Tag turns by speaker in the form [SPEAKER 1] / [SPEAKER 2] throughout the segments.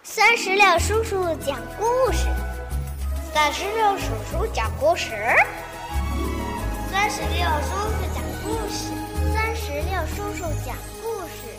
[SPEAKER 1] 36叔叔讲故事，36叔叔讲故事，36叔叔讲故事，36叔叔讲故事。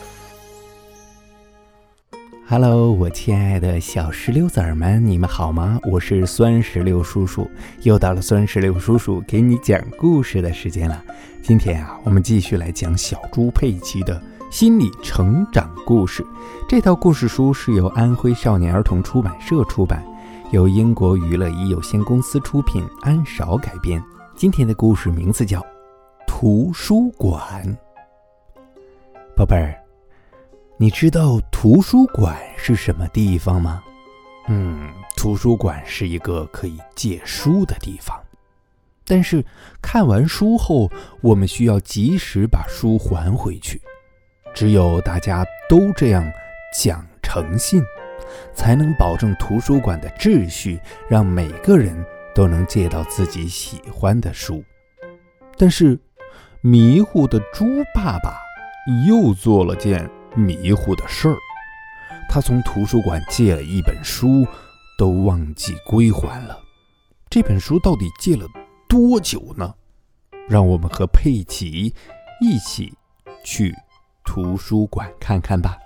[SPEAKER 2] Hello， 我亲爱的小石榴籽儿们，你们好吗？我是酸石榴叔叔，又到了酸石榴叔叔给你讲故事的时间了。今天我们继续来讲小猪佩奇的心理成长故事。这套故事书是由安徽少年儿童出版社出版，由英国娱乐仪有限公司出品，安少改编。今天的故事名字叫图书馆。宝贝儿，你知道图书馆是什么地方吗？图书馆是一个可以借书的地方，但是看完书后，我们需要及时把书还回去。只有大家都这样讲诚信，才能保证图书馆的秩序，让每个人都能借到自己喜欢的书。但是迷糊的猪爸爸又做了件迷糊的事儿，他从图书馆借了一本书，都忘记归还了。这本书到底借了多久呢？让我们和佩奇一起去图书馆看看吧。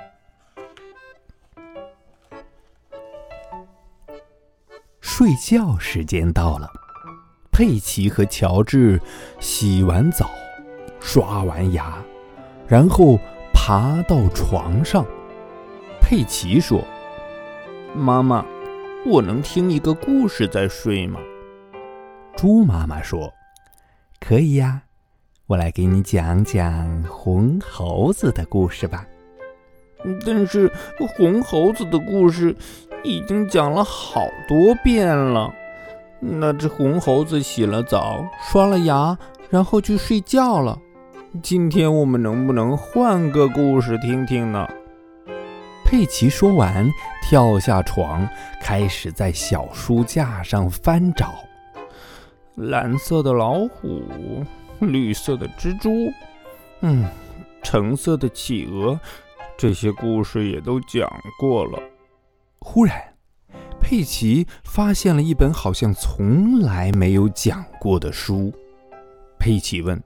[SPEAKER 2] 睡觉时间到了，佩奇和乔治洗完澡，刷完牙，然后爬到床上。佩奇说：妈妈，我能听一个故事再睡吗？猪妈妈说：可以呀，我来给你讲讲红猴子的故事吧。但是红猴子的故事已经讲了好多遍了。那只红猴子洗了澡，刷了牙，然后去睡觉了。今天我们能不能换个故事听听呢？佩奇说完，跳下床，开始在小书架上翻找。蓝色的老虎，绿色的蜘蛛，橙色的企鹅，这些故事也都讲过了。忽然，佩奇发现了一本好像从来没有讲过的书。佩奇问：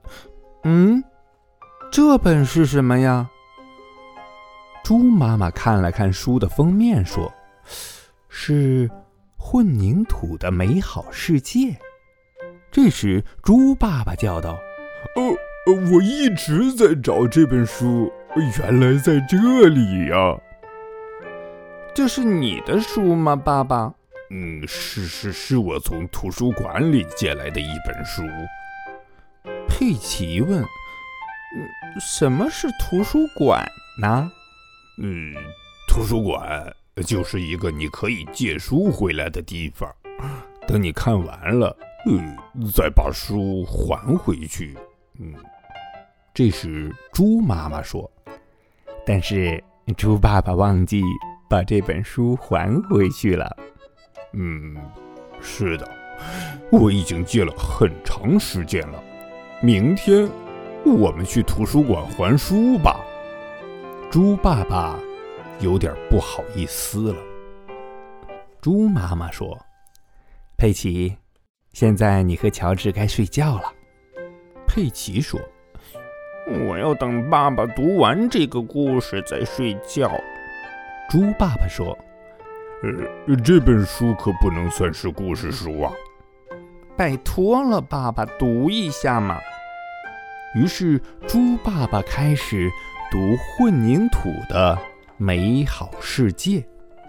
[SPEAKER 2] 这本是什么呀？猪妈妈看了看书的封面说：是混凝土的美好世界。这时猪爸爸叫道：我一直在找这本书，原来在这里呀。这是你的书吗，爸爸？是我从图书馆里借来的一本书。佩奇问：什么是图书馆呢？图书馆就是一个你可以借书回来的地方，等你看完了，再把书还回去。这时猪妈妈说：但是猪爸爸忘记把这本书还回去了。是的，我已经借了很长时间了。明天我们去图书馆还书吧。猪爸爸有点不好意思了。猪妈妈说：佩奇，现在你和乔治该睡觉了。佩奇说：我要等爸爸读完这个故事再睡觉。猪爸爸说：这本书可不能算是故事书啊。拜托了，爸爸，读一下嘛。于是猪爸爸开始读混凝土的美好世界。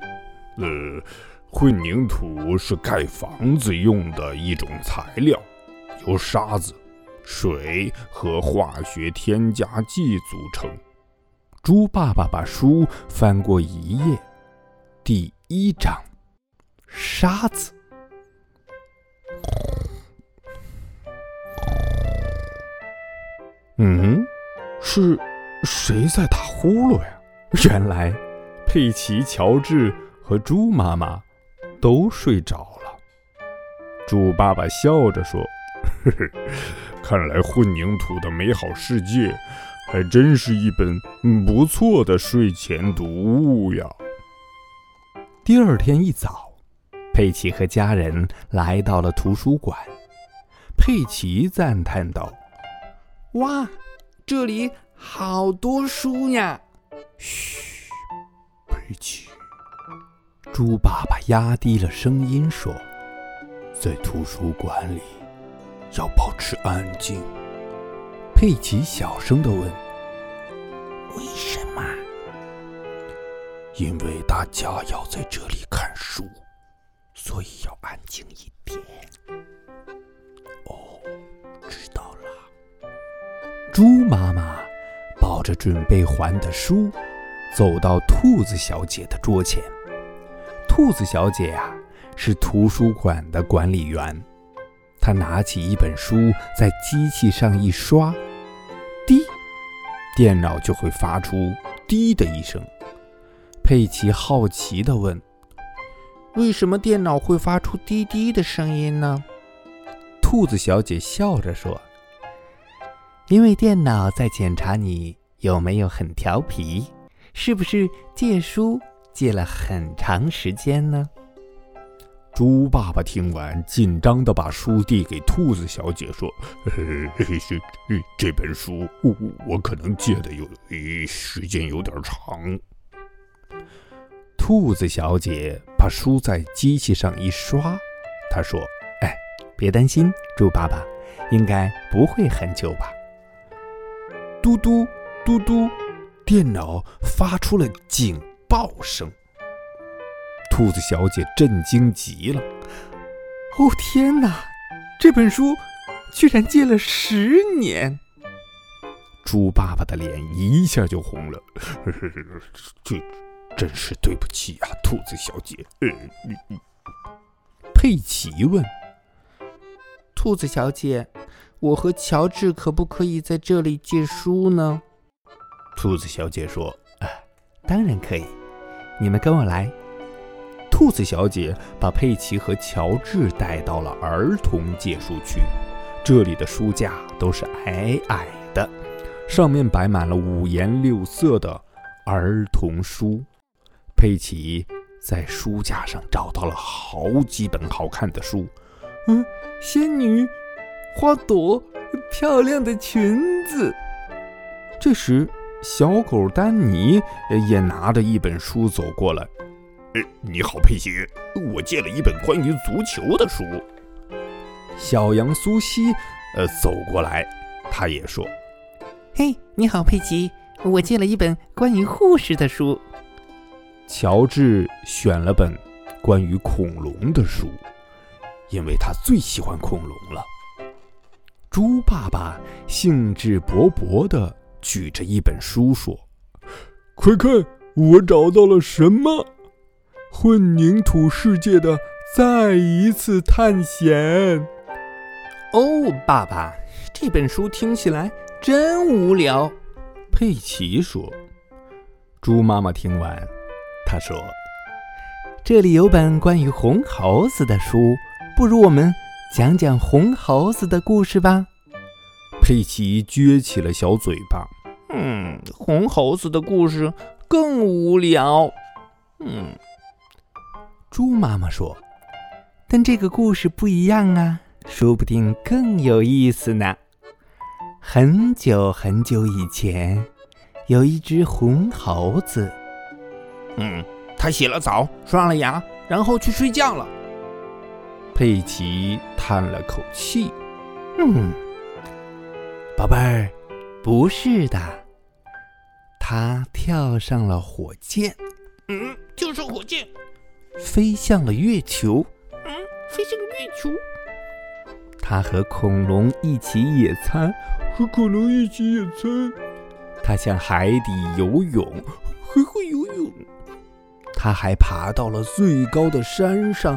[SPEAKER 2] 混凝土是盖房子用的一种材料，由沙子、水和化学添加剂组成。猪爸爸把书翻过一页，第1章，沙子。是谁在打呼噜呀？原来佩奇、乔治和猪妈妈都睡着了。猪爸爸笑着说：看来混凝土的美好世界还真是一本不错的睡前读物呀。 第二天一早，佩奇和家人来到了图书馆。佩奇赞叹道：“哇，这里好多书呀！”嘘，佩奇。猪爸爸压低了声音说：“在图书馆里要保持安静。”佩奇小声地问：“为什么？”“因为大家要在这里看书，所以要安静一点。”“哦，知道了。”猪妈妈抱着准备还的书，走到兔子小姐的桌前。兔子小姐呀，是图书馆的管理员。她拿起一本书，在机器上一刷，滴，电脑就会发出滴的一声。佩奇好奇地问：“为什么电脑会发出滴滴的声音呢？”兔子小姐笑着说：“因为电脑在检查你有没有很调皮，是不是借书借了很长时间呢？”猪爸爸听完，紧张地把书递给兔子小姐说：“这本书我可能借的时间有点长。”兔子小姐把书在机器上一刷，她说：“别担心，猪爸爸，应该不会很久吧？”嘟嘟嘟嘟，电脑发出了警报声。兔子小姐震惊极了：“哦天哪，这本书居然借了10年！”猪爸爸的脸一下就红了：“这真是对不起啊，兔子小姐。”佩奇问：“兔子小姐，我和乔治可不可以在这里借书呢？”兔子小姐说：“当然可以，你们跟我来。”兔子小姐把佩奇和乔治带到了儿童借书区。这里的书架都是矮矮的，上面摆满了五颜六色的儿童书。佩奇在书架上找到了好几本好看的书，仙女、花朵、漂亮的裙子。这时，小狗丹尼也拿着一本书走过来。你好，佩奇，我借了一本关于足球的书。小羊苏西走过来，他也说：“
[SPEAKER 3] 嘿，你好，佩奇，我借了一本关于护士的书。”
[SPEAKER 2] 乔治选了本关于恐龙的书，因为他最喜欢恐龙了。猪爸爸兴致勃勃地举着一本书说：“快看，我找到了什么？混凝土世界的再一次探险。”“
[SPEAKER 3] 哦，爸爸，这本书听起来真无聊。”
[SPEAKER 2] 佩奇说。猪妈妈听完，她说：“这里有本关于红猴子的书，不如我们讲讲红猴子的故事吧。”佩奇撅起了小嘴巴：“
[SPEAKER 3] 红猴子的故事更无聊。”
[SPEAKER 2] 猪妈妈说：“但这个故事不一样啊，说不定更有意思呢。很久很久以前，有一只红猴子。
[SPEAKER 3] 他洗了澡，刷了牙，然后去睡觉了。”
[SPEAKER 2] 佩奇叹了口气：“宝贝儿，不是的，他跳上了火箭。”
[SPEAKER 3] 就是火箭。
[SPEAKER 2] 飞向了月球。
[SPEAKER 3] 飞向月球。
[SPEAKER 2] 他和恐龙一起野餐。他向海底游泳。
[SPEAKER 3] 还会游泳。
[SPEAKER 2] 他还爬到了最高的山上。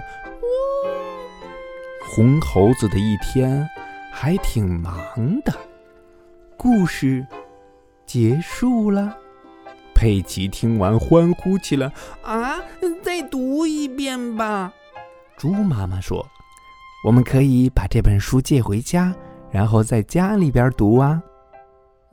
[SPEAKER 2] 红猴子的一天还挺忙的。故事结束了。佩奇听完欢呼起来：“
[SPEAKER 3] 再读一遍吧。”
[SPEAKER 2] 猪妈妈说：“我们可以把这本书借回家，然后在家里边读啊。”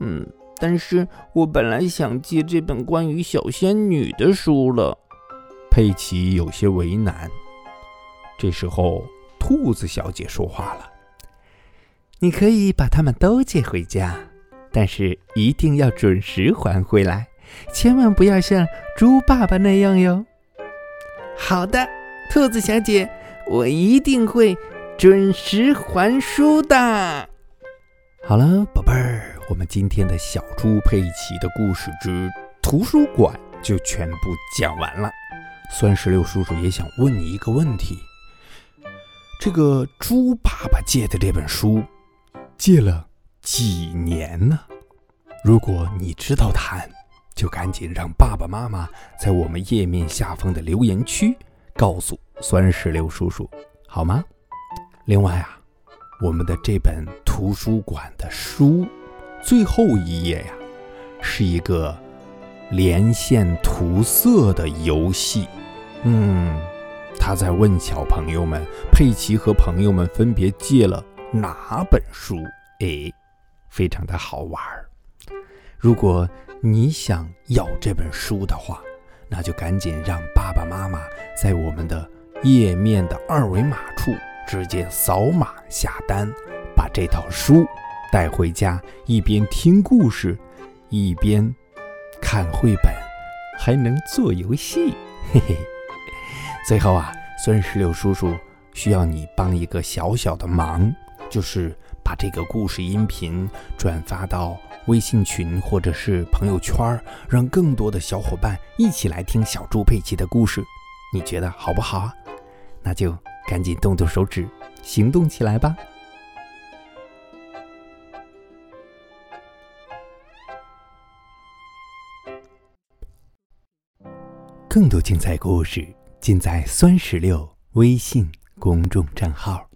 [SPEAKER 3] 但是我本来想借这本关于小仙女的书了。
[SPEAKER 2] 佩奇有些为难。这时候，兔子小姐说话了：“
[SPEAKER 3] 你可以把它们都接回家，但是一定要准时还回来，千万不要像猪爸爸那样哟。”好的，兔子小姐，我一定会准时还书的。
[SPEAKER 2] 好了，宝贝儿，我们今天的小猪佩奇的故事之图书馆就全部讲完了。酸石榴叔叔也想问你一个问题，这个猪爸爸借的这本书借了几年呢？如果你知道答案，就赶紧让爸爸妈妈在我们页面下方的留言区告诉酸石榴叔叔，好吗？另外啊，我们的这本图书馆的书最后一页呀，是一个连线涂色的游戏。他在问小朋友们，佩奇和朋友们分别借了哪本书？非常的好玩。如果你想要这本书的话，那就赶紧让爸爸妈妈在我们的页面的二维码处直接扫码下单，把这套书带回家，一边听故事，一边看绘本，还能做游戏，嘿嘿。最后啊，酸石榴叔叔需要你帮一个小小的忙，就是把这个故事音频转发到微信群或者是朋友圈，让更多的小伙伴一起来听小猪佩奇的故事。你觉得好不好啊？那就赶紧动动手指，行动起来吧。更多精彩故事尽在酸石榴微信公众账号。